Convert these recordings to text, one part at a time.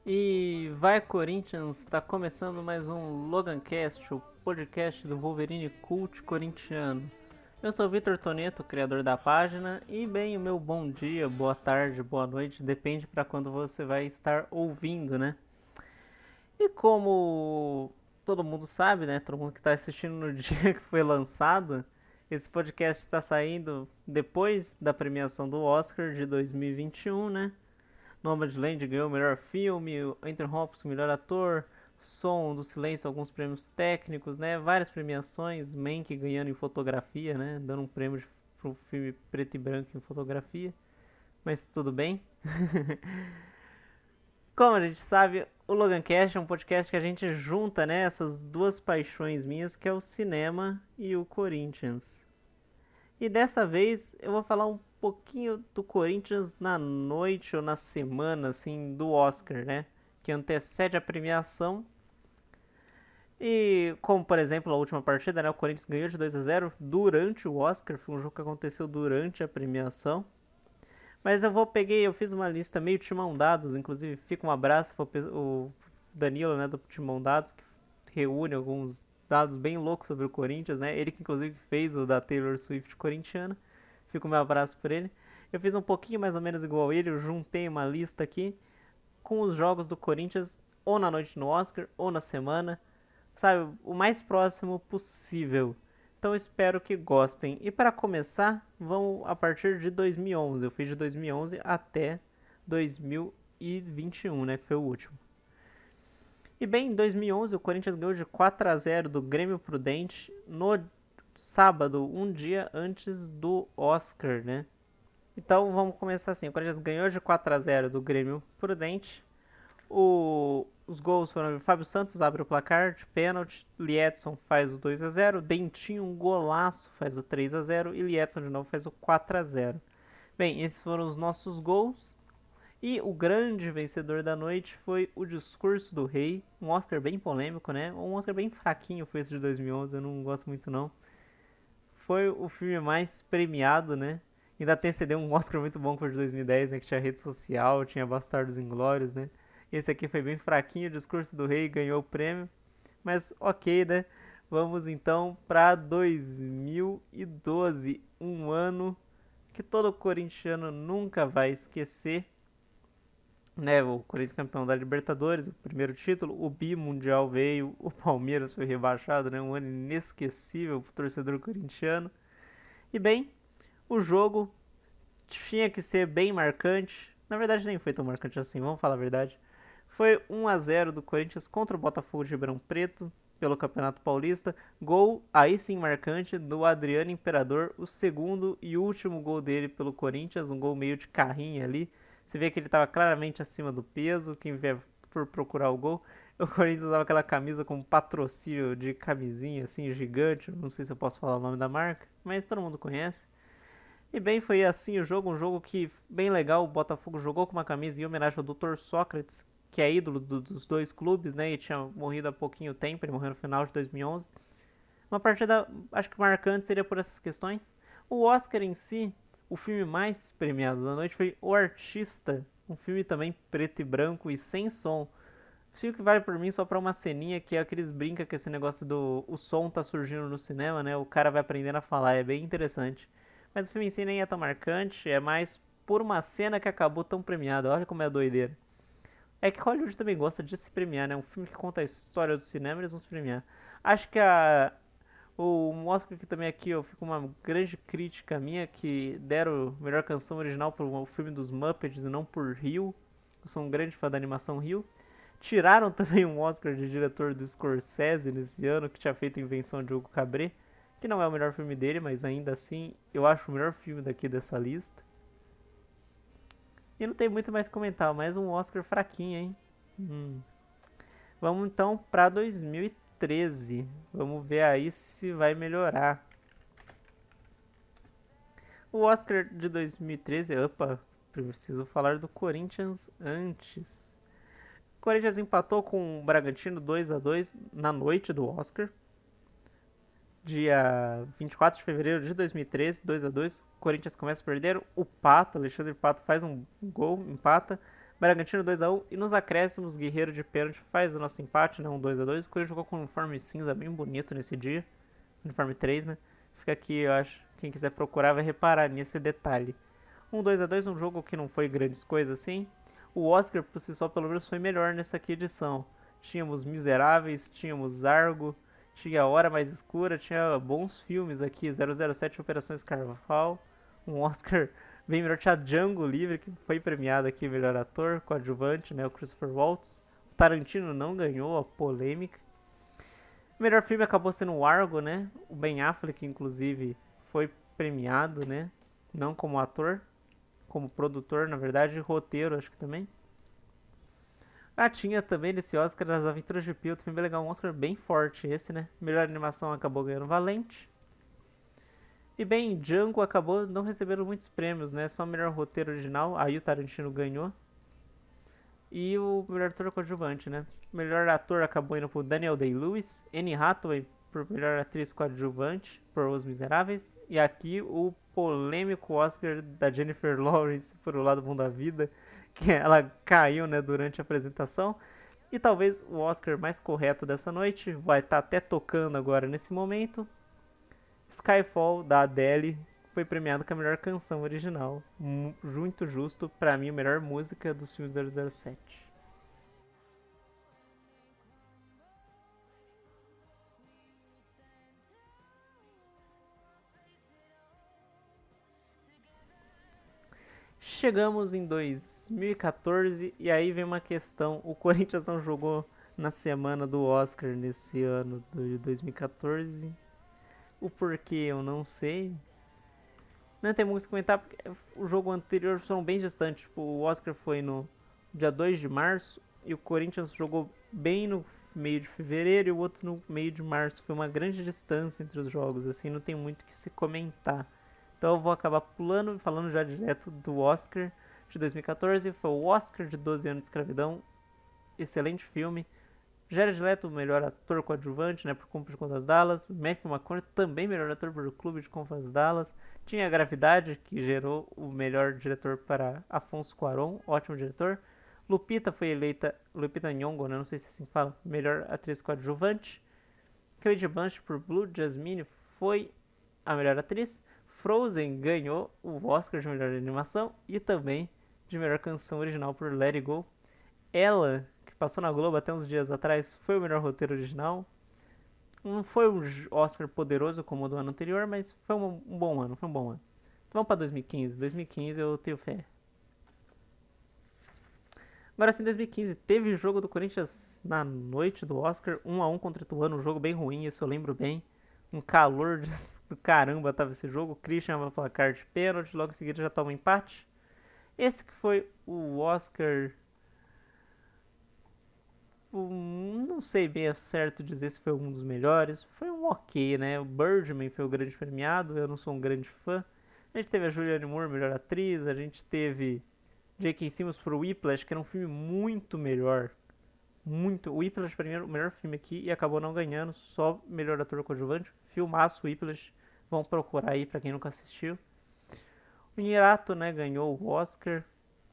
E vai Corinthians, está começando mais um Logancast, o podcast do Wolverine Cult corintiano. Eu sou o Vitor Toneto, criador da página, e bem, o meu bom dia, boa tarde, boa noite, depende para quando você vai estar ouvindo, né? E como todo mundo sabe, né? Todo mundo que está assistindo no dia que foi lançado, esse podcast está saindo depois da premiação do Oscar de 2021, né? Nomadland ganhou o melhor filme, o Anthony Hopkins o melhor ator, Som do Silêncio alguns prêmios técnicos, né? Várias premiações, Mank ganhando em fotografia, né? Dando um prêmio pro filme preto e branco em fotografia, mas tudo bem. Como a gente sabe, o Logancast é um podcast que a gente junta, né, essas duas paixões minhas, que é o cinema e o Corinthians. E dessa vez eu vou falar um pouquinho do Corinthians na noite ou na semana, assim, do Oscar, né? Que antecede a premiação. E como, por exemplo, a última partida, né? O Corinthians ganhou de 2-0 durante o Oscar. Foi um jogo que aconteceu durante a premiação. Mas eu fiz uma lista meio Timão Dados, inclusive fica um abraço para o Danilo, né, do Timão Dados, que reúne alguns dados bem loucos sobre o Corinthians, né? Ele que inclusive fez o da Taylor Swift corintiana. Fica o meu abraço por ele. Eu fiz um pouquinho mais ou menos igual ele, eu juntei uma lista aqui com os jogos do Corinthians ou na noite no Oscar ou na semana, sabe, o mais próximo possível. Então espero que gostem. E para começar, vamos a partir de 2011. Eu fiz de 2011 até 2021, né, que foi o último. E bem, em 2011 o Corinthians ganhou de 4-0 do Grêmio Prudente no sábado, um dia antes do Oscar, né? Então vamos começar assim. O Corinthians ganhou de 4-0 do Grêmio Prudente. Os gols foram: Fábio Santos abre o placar de pênalti, Liedson faz o 2-0, Dentinho um golaço faz o 3-0 e Liedson de novo faz o 4-0. Bem, esses foram os nossos gols. E o grande vencedor da noite foi O Discurso do Rei, um Oscar bem polêmico, né? Um Oscar bem fraquinho foi esse de 2011, eu não gosto muito não. Foi o filme mais premiado, né? Ainda antecedeu um Oscar muito bom que foi de 2010, né? Que tinha rede social, tinha Bastardos Inglórios, né? Esse aqui foi bem fraquinho, o Discurso do Rei ganhou o prêmio. Mas ok, né? Vamos então para 2012, um ano que todo corintiano nunca vai esquecer, né? O Corinthians campeão da Libertadores, o primeiro título, o bimundial veio, o Palmeiras foi rebaixado, né? Um ano inesquecível para o torcedor corintiano. E bem, o jogo tinha que ser bem marcante. Na verdade, nem foi tão marcante assim, vamos falar a verdade. Foi 1-0 do Corinthians contra o Botafogo de Ribeirão Preto pelo Campeonato Paulista. Gol, aí sim marcante, do Adriano Imperador, o segundo e último gol dele pelo Corinthians, um gol meio de carrinho ali. Você vê que ele estava claramente acima do peso, quem vier por procurar o gol. O Corinthians usava aquela camisa com patrocínio de camisinha assim gigante, não sei se eu posso falar o nome da marca, mas todo mundo conhece. E bem, foi assim o jogo, um jogo que, bem legal, o Botafogo jogou com uma camisa em homenagem ao Dr. Sócrates, que é ídolo dos dois clubes, né, e tinha morrido há pouquinho tempo, ele morreu no final de 2011. Uma partida, acho que marcante seria por essas questões. O Oscar em si, o filme mais premiado da noite foi O Artista, um filme também preto e branco e sem som. Um filme que vale por mim só pra uma ceninha que é que eles brincam com esse negócio do o som tá surgindo no cinema, né? O cara vai aprendendo a falar, é bem interessante. Mas o filme em si nem é tão marcante, é mais por uma cena que acabou tão premiada. Olha como é doideira. É que Hollywood também gosta de se premiar, né? Um filme que conta a história do cinema, eles vão se premiar. Acho que o Oscar que também aqui ó, fica uma grande crítica minha que deram melhor canção original pro filme dos Muppets e não por Rio. Eu sou um grande fã da animação Rio. Tiraram também um Oscar de diretor do Scorsese nesse ano, que tinha feito Invenção de Hugo Cabret, que não é o melhor filme dele, mas ainda assim eu acho o melhor filme daqui dessa lista. E não tem muito mais que comentar, mais um Oscar fraquinho, hein? Hum. Vamos então para 2013. Vamos ver aí se vai melhorar. O Oscar de 2013, opa, preciso falar do Corinthians antes. O Corinthians empatou com o Bragantino 2-2 na noite do Oscar. Dia 24 de fevereiro de 2013, 2-2. O Corinthians começa a perder. O Pato, Alexandre Pato, faz um gol, empata. Bragantino 2x1 e nos acréscimos, Guerreiro de pênalti faz o nosso empate, né? Um 2x2. O Corinthians jogou com um uniforme cinza bem bonito nesse dia. Uniforme 3, né? Fica aqui, eu acho. Quem quiser procurar vai reparar nesse detalhe. Um 2x2, um jogo que não foi grandes coisas assim. O Oscar, por si só, pelo menos foi melhor nessa aqui edição. Tínhamos Miseráveis, tínhamos Argo, tinha A Hora Mais Escura, tinha bons filmes aqui. 007 Operações Carnaval. Um Oscar bem melhor. Tinha Django Livre, que foi premiado aqui, melhor ator, coadjuvante, né? O Christopher Waltz. O Tarantino não ganhou, a polêmica. O melhor filme acabou sendo o Argo, né? O Ben Affleck, inclusive, foi premiado, né? Não como ator, como produtor, na verdade, e roteiro, acho que também. Ah, tinha também nesse Oscar das Aventuras de Pi, também bem legal, um Oscar bem forte esse, né? Melhor animação acabou ganhando Valente. E bem, Django acabou não recebendo muitos prêmios, né? Só o melhor roteiro original, aí o Tarantino ganhou. E o melhor ator coadjuvante, né? O melhor ator acabou indo pro Daniel Day-Lewis, Anne Hathaway por melhor atriz coadjuvante por Os Miseráveis. E aqui o polêmico Oscar da Jennifer Lawrence por O Lado Bom da Vida, que ela caiu, né, durante a apresentação. E talvez o Oscar mais correto dessa noite vai estar até tocando agora nesse momento. Skyfall, da Adele, foi premiado com a melhor canção original. Muito justo, pra mim, a melhor música dos filmes 007. Chegamos em 2014 e aí vem uma questão. O Corinthians não jogou na semana do Oscar nesse ano de 2014. O porquê eu não sei. Não tem muito o que comentar porque o jogo anterior foram bem distantes. Tipo, o Oscar foi no dia 2 de março e o Corinthians jogou bem no meio de fevereiro e o outro no meio de março. Foi uma grande distância entre os jogos, assim, não tem muito o que se comentar. Então eu vou acabar pulando e falando já direto do Oscar de 2014. Foi o Oscar de 12 anos de escravidão. Excelente filme. Jared Leto, melhor ator coadjuvante, né, por Clube de Contas Dallas. Matthew McConaughey, também melhor ator por Clube de Contas Dallas. Tinha a Gravidade, que gerou o melhor diretor para Afonso Cuarón, ótimo diretor. Lupita foi eleita, Lupita Nyong'o, né, não sei se assim fala, melhor atriz coadjuvante. Cate Blanchett por Blue Jasmine foi a melhor atriz. Frozen ganhou o Oscar de melhor animação e também de melhor canção original por Let It Go. Ela, que passou na Globo até uns dias atrás, foi o melhor roteiro original. Não foi um Oscar poderoso como o do ano anterior, mas foi um bom ano, foi um bom ano. Então vamos para 2015. 2015 eu tenho fé. Agora sim, 2015 teve jogo do Corinthians na noite do Oscar, 1x1 contra o Ituano, um jogo bem ruim, isso eu lembro bem. Um calor do caramba tava esse jogo. O Christian vai placar de pênalti, logo em seguida já toma um empate. Esse que foi o Oscar. Não sei bem certo dizer se foi um dos melhores. Foi um ok, né? O Birdman foi o grande premiado, eu não sou um grande fã. A gente teve a Julianne Moore, melhor atriz. A gente teve J.K. Simmons pro Whiplash, que era um filme muito melhor. Muito. O Whiplash pra mim era o melhor filme aqui e acabou não ganhando, só melhor ator coadjuvante. Filmaço Whiplash, vão procurar aí pra quem nunca assistiu. O Inharito, né, ganhou o Oscar.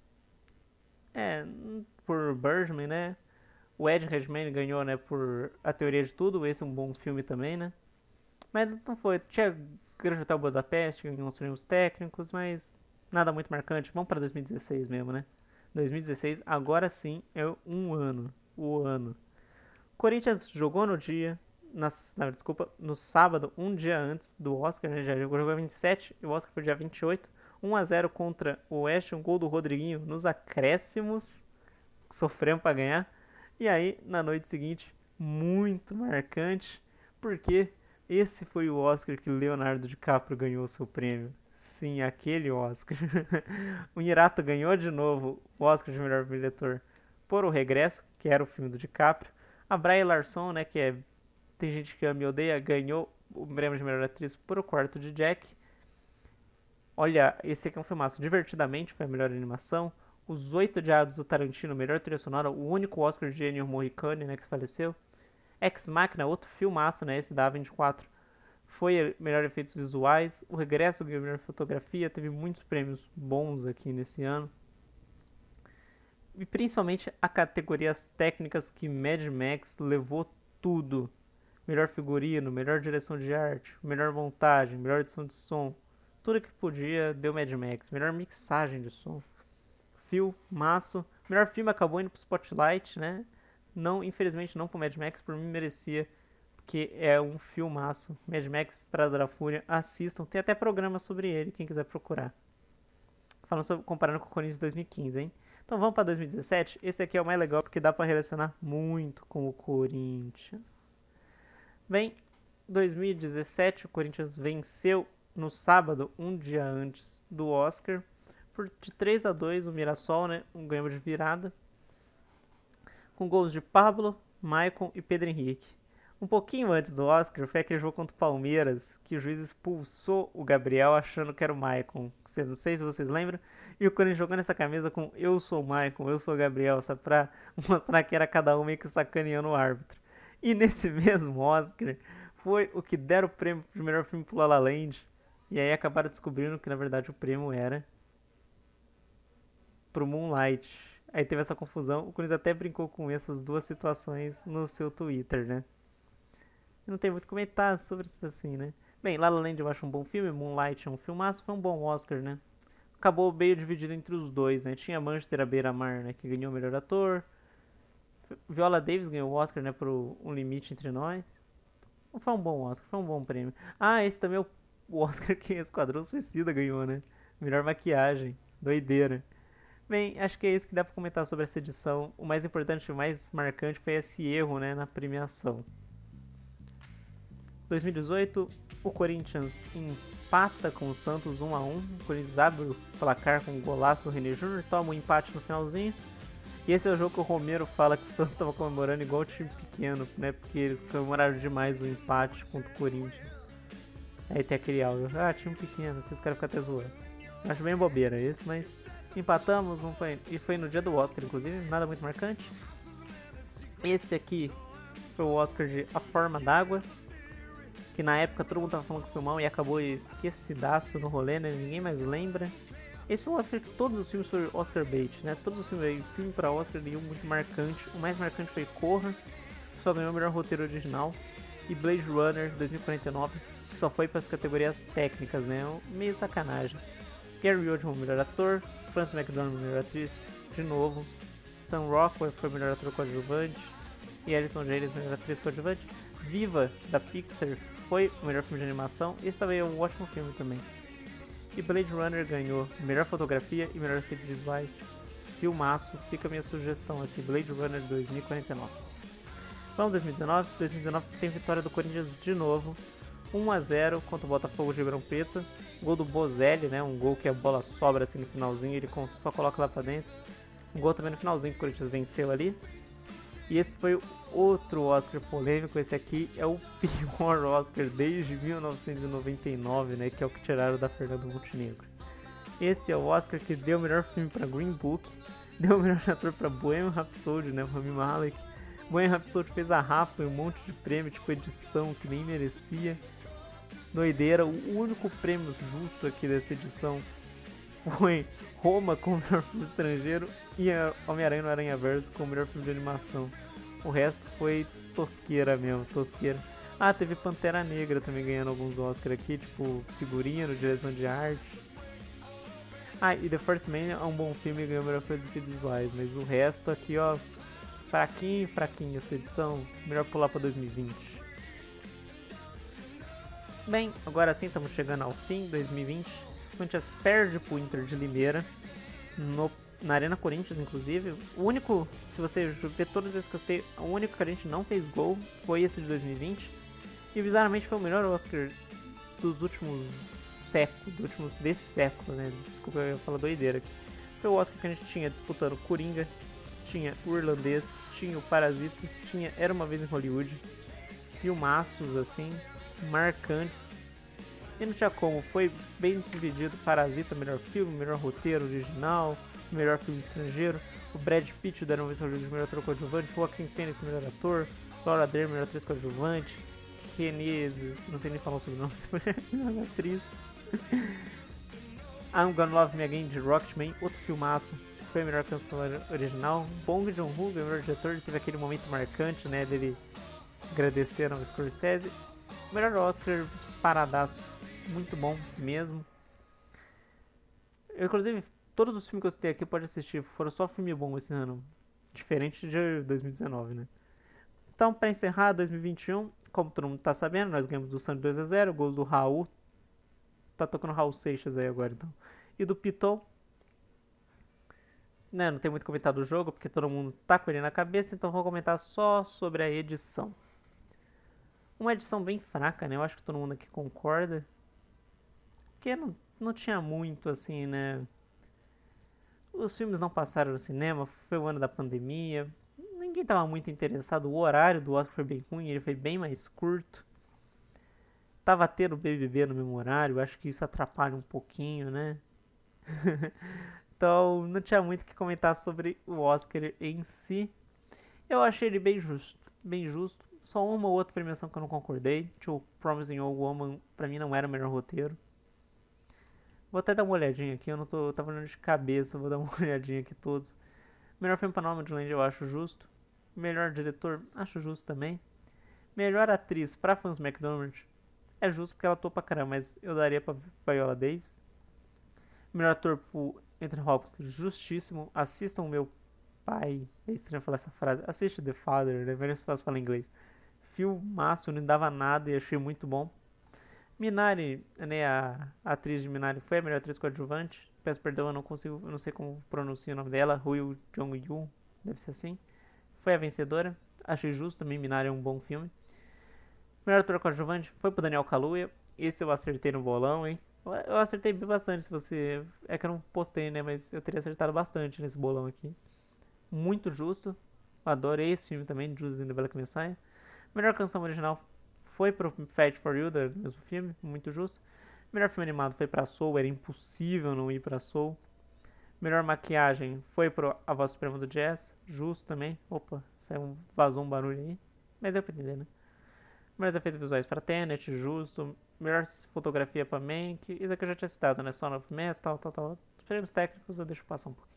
Por Birdman, né? O Ed Redmayne ganhou, né, por A Teoria de Tudo, esse é um bom filme também, né? Mas não foi. Tinha Grande Hotel Budapeste, ganhou uns prêmios técnicos, mas nada muito marcante. Vamos pra 2016 mesmo, né? 2016, agora sim, é um ano. O ano. Corinthians jogou no dia, no sábado, um dia antes do Oscar, né? Já jogou 27 e o Oscar foi dia 28. 1x0 contra o Oeste, um gol do Rodriguinho nos acréscimos. Sofremos para ganhar. E aí, na noite seguinte, muito marcante, porque esse foi o Oscar que Leonardo DiCaprio ganhou o seu prêmio. Sim, aquele Oscar. O Inharito ganhou de novo o Oscar de melhor diretor por O Regresso, que era o filme do DiCaprio. A Brie Larson, né, tem gente que ama e odeia, ganhou o prêmio de melhor atriz por O Quarto de Jack. Olha, esse aqui é um filmaço. Divertidamente foi a melhor animação. Os Oito Odiados do Tarantino, melhor trilha sonora. O único Oscar de Ennio Morricone, né, que faleceu. Ex Machina, outro filmaço, né, esse da A24. Foi melhor efeitos visuais. O Regresso ganhou melhor fotografia. Teve muitos prêmios bons aqui nesse ano. E principalmente a categorias técnicas que Mad Max levou tudo. Melhor figurino, melhor direção de arte, melhor montagem, melhor edição de som. Tudo que podia deu Mad Max. Melhor mixagem de som. Filmaço. Melhor filme acabou indo pro Spotlight, né? Não, infelizmente não pro Mad Max, por mim merecia, porque é um filmaço. Mad Max Estrada da Fúria, assistam. Tem até programa sobre ele, quem quiser procurar. Falando sobre, comparando com o Corinthians de 2015, hein? Então vamos para 2017. Esse aqui é o mais legal porque dá para relacionar muito com o Corinthians. Bem, 2017 o Corinthians venceu no sábado, um dia antes do Oscar, de 3-2 o Mirassol, né? Um ganho de virada. Com gols de Pablo, Maicon e Pedro Henrique. Um pouquinho antes do Oscar foi aquele jogo contra o Palmeiras, que o juiz expulsou o Gabriel achando que era o Maicon. Não sei se vocês lembram. E o Corinthians jogando essa camisa com eu sou o Maicon, eu sou o Gabriel, sabe? Pra mostrar que era cada um meio que sacaneando o árbitro. E nesse mesmo Oscar foi o que deram o prêmio de melhor filme pro La La Land. E aí acabaram descobrindo que na verdade o prêmio era pro Moonlight. Aí teve essa confusão. O Corinthians até brincou com essas duas situações no seu Twitter, né? Não tem muito a comentar sobre isso assim, né? Bem, La La Land eu acho um bom filme, Moonlight é um filmaço, foi um bom Oscar, né? Acabou meio dividido entre os dois, né? Tinha Manchester à beira-mar, né? Que ganhou o melhor ator. Viola Davis ganhou o Oscar, né? Por Um Limite Entre Nós. Foi um bom Oscar, foi um bom prêmio. Ah, esse também é o Oscar que Esquadrão Suicida ganhou, né? Melhor maquiagem. Doideira. Bem, acho que é isso que dá pra comentar sobre essa edição. O mais importante, o mais marcante foi esse erro, né? Na premiação. 2018, o Corinthians empata com o Santos 1-1. O Corinthians abre o placar com um golaço do René Júnior, toma um empate no finalzinho. E esse é o jogo que o Romero fala que o Santos estava comemorando igual o time pequeno, né? Porque eles comemoraram demais o empate contra o Corinthians. Aí tem aquele áudio, time pequeno, que os caras ficam até zoando. Acho bem bobeira esse, mas empatamos, não foi. E foi no dia do Oscar, inclusive, nada muito marcante. Esse aqui foi o Oscar de A Forma d'Água, que na época todo mundo tava falando que foi mal e acabou esquecidaço no rolê, né? Ninguém mais lembra. Esse foi o Oscar que todos os filmes foram Oscar bait, né? Todos os filmes aí, filme pra Oscar, nenhum muito marcante. O mais marcante foi Corra, que só ganhou o melhor roteiro original, e Blade Runner 2049, que só foi para as categorias técnicas, né? Meio sacanagem. Gary Oldman, melhor ator, Frances McDormand, melhor atriz, de novo. Sam Rockwell foi melhor ator coadjuvante, e Alison Janney, melhor atriz coadjuvante. Viva, da Pixar, foi o melhor filme de animação. Esse também é um ótimo filme também. E Blade Runner ganhou melhor fotografia e melhor efeitos visuais. Filmaço, fica a minha sugestão aqui, Blade Runner 2049. Vamos 2019. 2019 tem vitória do Corinthians de novo. 1-0 contra o Botafogo de Ribeirão Preto. Gol do Bozelli, né? Um gol que a bola sobra assim no finalzinho, ele só coloca lá pra dentro. Um gol também no finalzinho que o Corinthians venceu ali. E esse foi outro Oscar polêmico. Esse aqui é o pior Oscar desde 1999, né? Que é o que tiraram da Fernanda Montenegro. Esse é o Oscar que deu o melhor filme para Green Book, deu o melhor ator para Bohemian Rhapsody, né? Rami Malek. Bohemian Rhapsody fez a rapa e um monte de prêmio, tipo edição que nem merecia. Doideira. O único prêmio justo aqui dessa edição foi Roma com o melhor filme estrangeiro e Homem-Aranha no Aranhaverso com o melhor filme de animação. O resto foi tosqueira mesmo, tosqueira. Ah, teve Pantera Negra também ganhando alguns Oscars aqui, tipo figurino, direção de arte. Ah, e The First Man é um bom filme e ganhou o melhor filme de efeitos visuais, mas o resto aqui, ó, fraquinho essa edição, melhor pular pra 2020. Bem, agora sim estamos chegando ao fim de 2020. O Corinthians perde pro Inter de Limeira, na Arena Corinthians, inclusive. O único, se você ver todos esses que eu citei, o único que a gente não fez gol foi esse de 2020. E bizarramente foi o melhor Oscar dos últimos séculos, desse século, né? Desculpa, eu ia falar doideira aqui. Foi o Oscar que a gente tinha disputando Coringa, tinha o Irlandês, tinha o Parasita, tinha Era Uma Vez em Hollywood. Filmaços, assim, marcantes. E não tinha como, foi bem dividido. Parasita, melhor filme, melhor roteiro original, melhor filme estrangeiro. O Brad Pitt, Era Uma Vez em Hollywood, melhor ator coadjuvante. O Joaquin Phoenix, melhor ator. Laura Dern, melhor atriz coadjuvante. Renée, não sei nem falar o sobrenome, melhor atriz. I'm Gonna Love Me Again, de Rocketman, outro filmaço. foi a melhor canção original. Bong Joon-ho, melhor diretor, teve aquele momento marcante, né, dele agradecendo ao Scorsese. Melhor Oscar, disparadaço, muito bom mesmo. Eu, inclusive, todos os filmes que eu citei aqui pode assistir, foram só filme bom esse ano, diferente de 2019, né. Então, para encerrar 2021, como todo mundo tá sabendo, nós ganhamos do Santos 2-0, gols do Raul, tá tocando Raul Seixas aí agora, então, e do Piton. Né, não tem muito comentar do jogo, porque todo mundo tá com ele na cabeça, então vou comentar só sobre a edição. Uma edição bem fraca, né? Eu acho que todo mundo aqui concorda. Porque não tinha muito, assim, né? Os filmes não passaram no cinema, foi o ano da pandemia. Ninguém tava muito interessado. O horário do Oscar foi bem ruim, ele foi bem mais curto. Tava tendo BBB no mesmo horário, acho que isso atrapalha um pouquinho, né? Então, não tinha muito o que comentar sobre o Oscar em si. Eu achei ele bem justo, bem justo. Só uma ou outra premiação que eu não concordei. Tipo, Promising Young Woman, pra mim não era o melhor roteiro. Vou até dar uma olhadinha aqui, eu tava olhando de cabeça, vou dar uma olhadinha aqui todos. Melhor filme pra Nomadland eu acho justo. Melhor diretor, acho justo também. Melhor atriz pra Frances McDormand, é justo porque ela atuou pra caramba, mas eu daria pra Viola Davis. Melhor ator pro Anthony Hopkins, justíssimo. Assistam o Meu Pai, é estranho falar essa frase. Assiste The Father, né? Menos fácil falar inglês. Filmaço, não dava nada e achei muito bom. Minari, né, a atriz de Minari foi a melhor atriz coadjuvante. Peço perdão, eu não sei como pronuncia o nome dela. Ryu Jong-yoo, deve ser assim. Foi a vencedora. Achei justo também, Minari é um bom filme. Melhor ator coadjuvante foi pro Daniel Kaluuya. Esse eu acertei no bolão, hein. Eu acertei bastante, se você... É que eu não postei, né, mas eu teria acertado bastante nesse bolão aqui. Muito justo. Adorei esse filme também, Judas and the Black Messiah. Melhor canção original foi pro Fight for You, do mesmo filme, muito justo. Melhor filme animado foi pra Soul, era impossível não ir pra Soul. Melhor maquiagem foi pro A Voz Suprema do Jazz, justo também. Opa, vazou um barulho aí, mas deu pra entender, né? Melhores efeitos visuais pra Tenet, justo. Melhor fotografia pra Mank, isso aqui eu já tinha citado, né? Son of Metal, tal. Os prêmios técnicos eu deixo passar um pouquinho.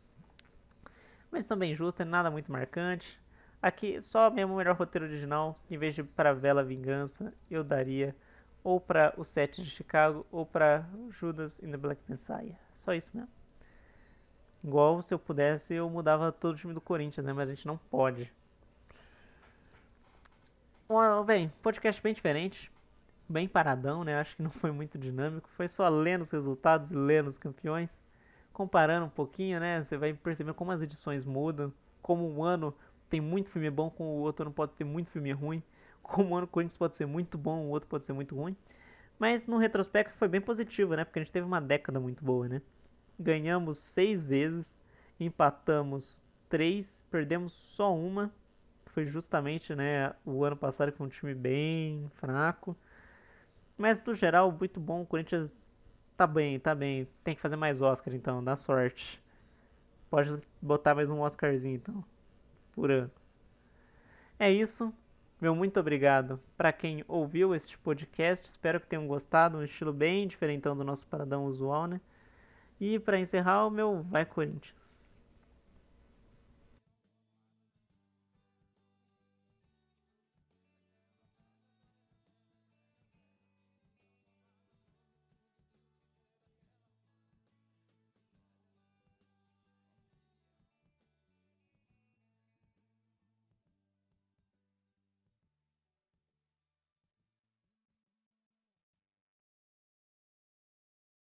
Mas são bem justas, nada muito marcante. Aqui, só mesmo o melhor roteiro original, em vez de para Bela Vingança, eu daria ou para O Sete de Chicago ou para Judas and the Black Messiah. Só isso mesmo. Igual, se eu pudesse, eu mudava todo o time do Corinthians, né? Mas a gente não pode. Bem, podcast bem diferente, bem paradão, né? Acho que não foi muito dinâmico. Foi só lendo os resultados e lendo os campeões. Comparando um pouquinho, né? Você vai percebendo como as edições mudam, como um ano tem muito filme bom, como o outro ano pode ter muito filme ruim, como um ano o Corinthians pode ser muito bom, o outro pode ser muito ruim. Mas no retrospecto foi bem positivo, né? Porque a gente teve uma década muito boa, né? Ganhamos 6 vezes, empatamos 3, perdemos só uma, que foi justamente, né, o ano passado, que foi um time bem fraco. Mas no geral, muito bom. O Corinthians tá bem. Tem que fazer mais Oscar, então, dá sorte. Pode botar mais um Oscarzinho, então, por ano. É isso. Meu muito obrigado para quem ouviu este podcast. Espero que tenham gostado. Um estilo bem diferentão do nosso paradão usual, né? E para encerrar, o meu Vai Corinthians.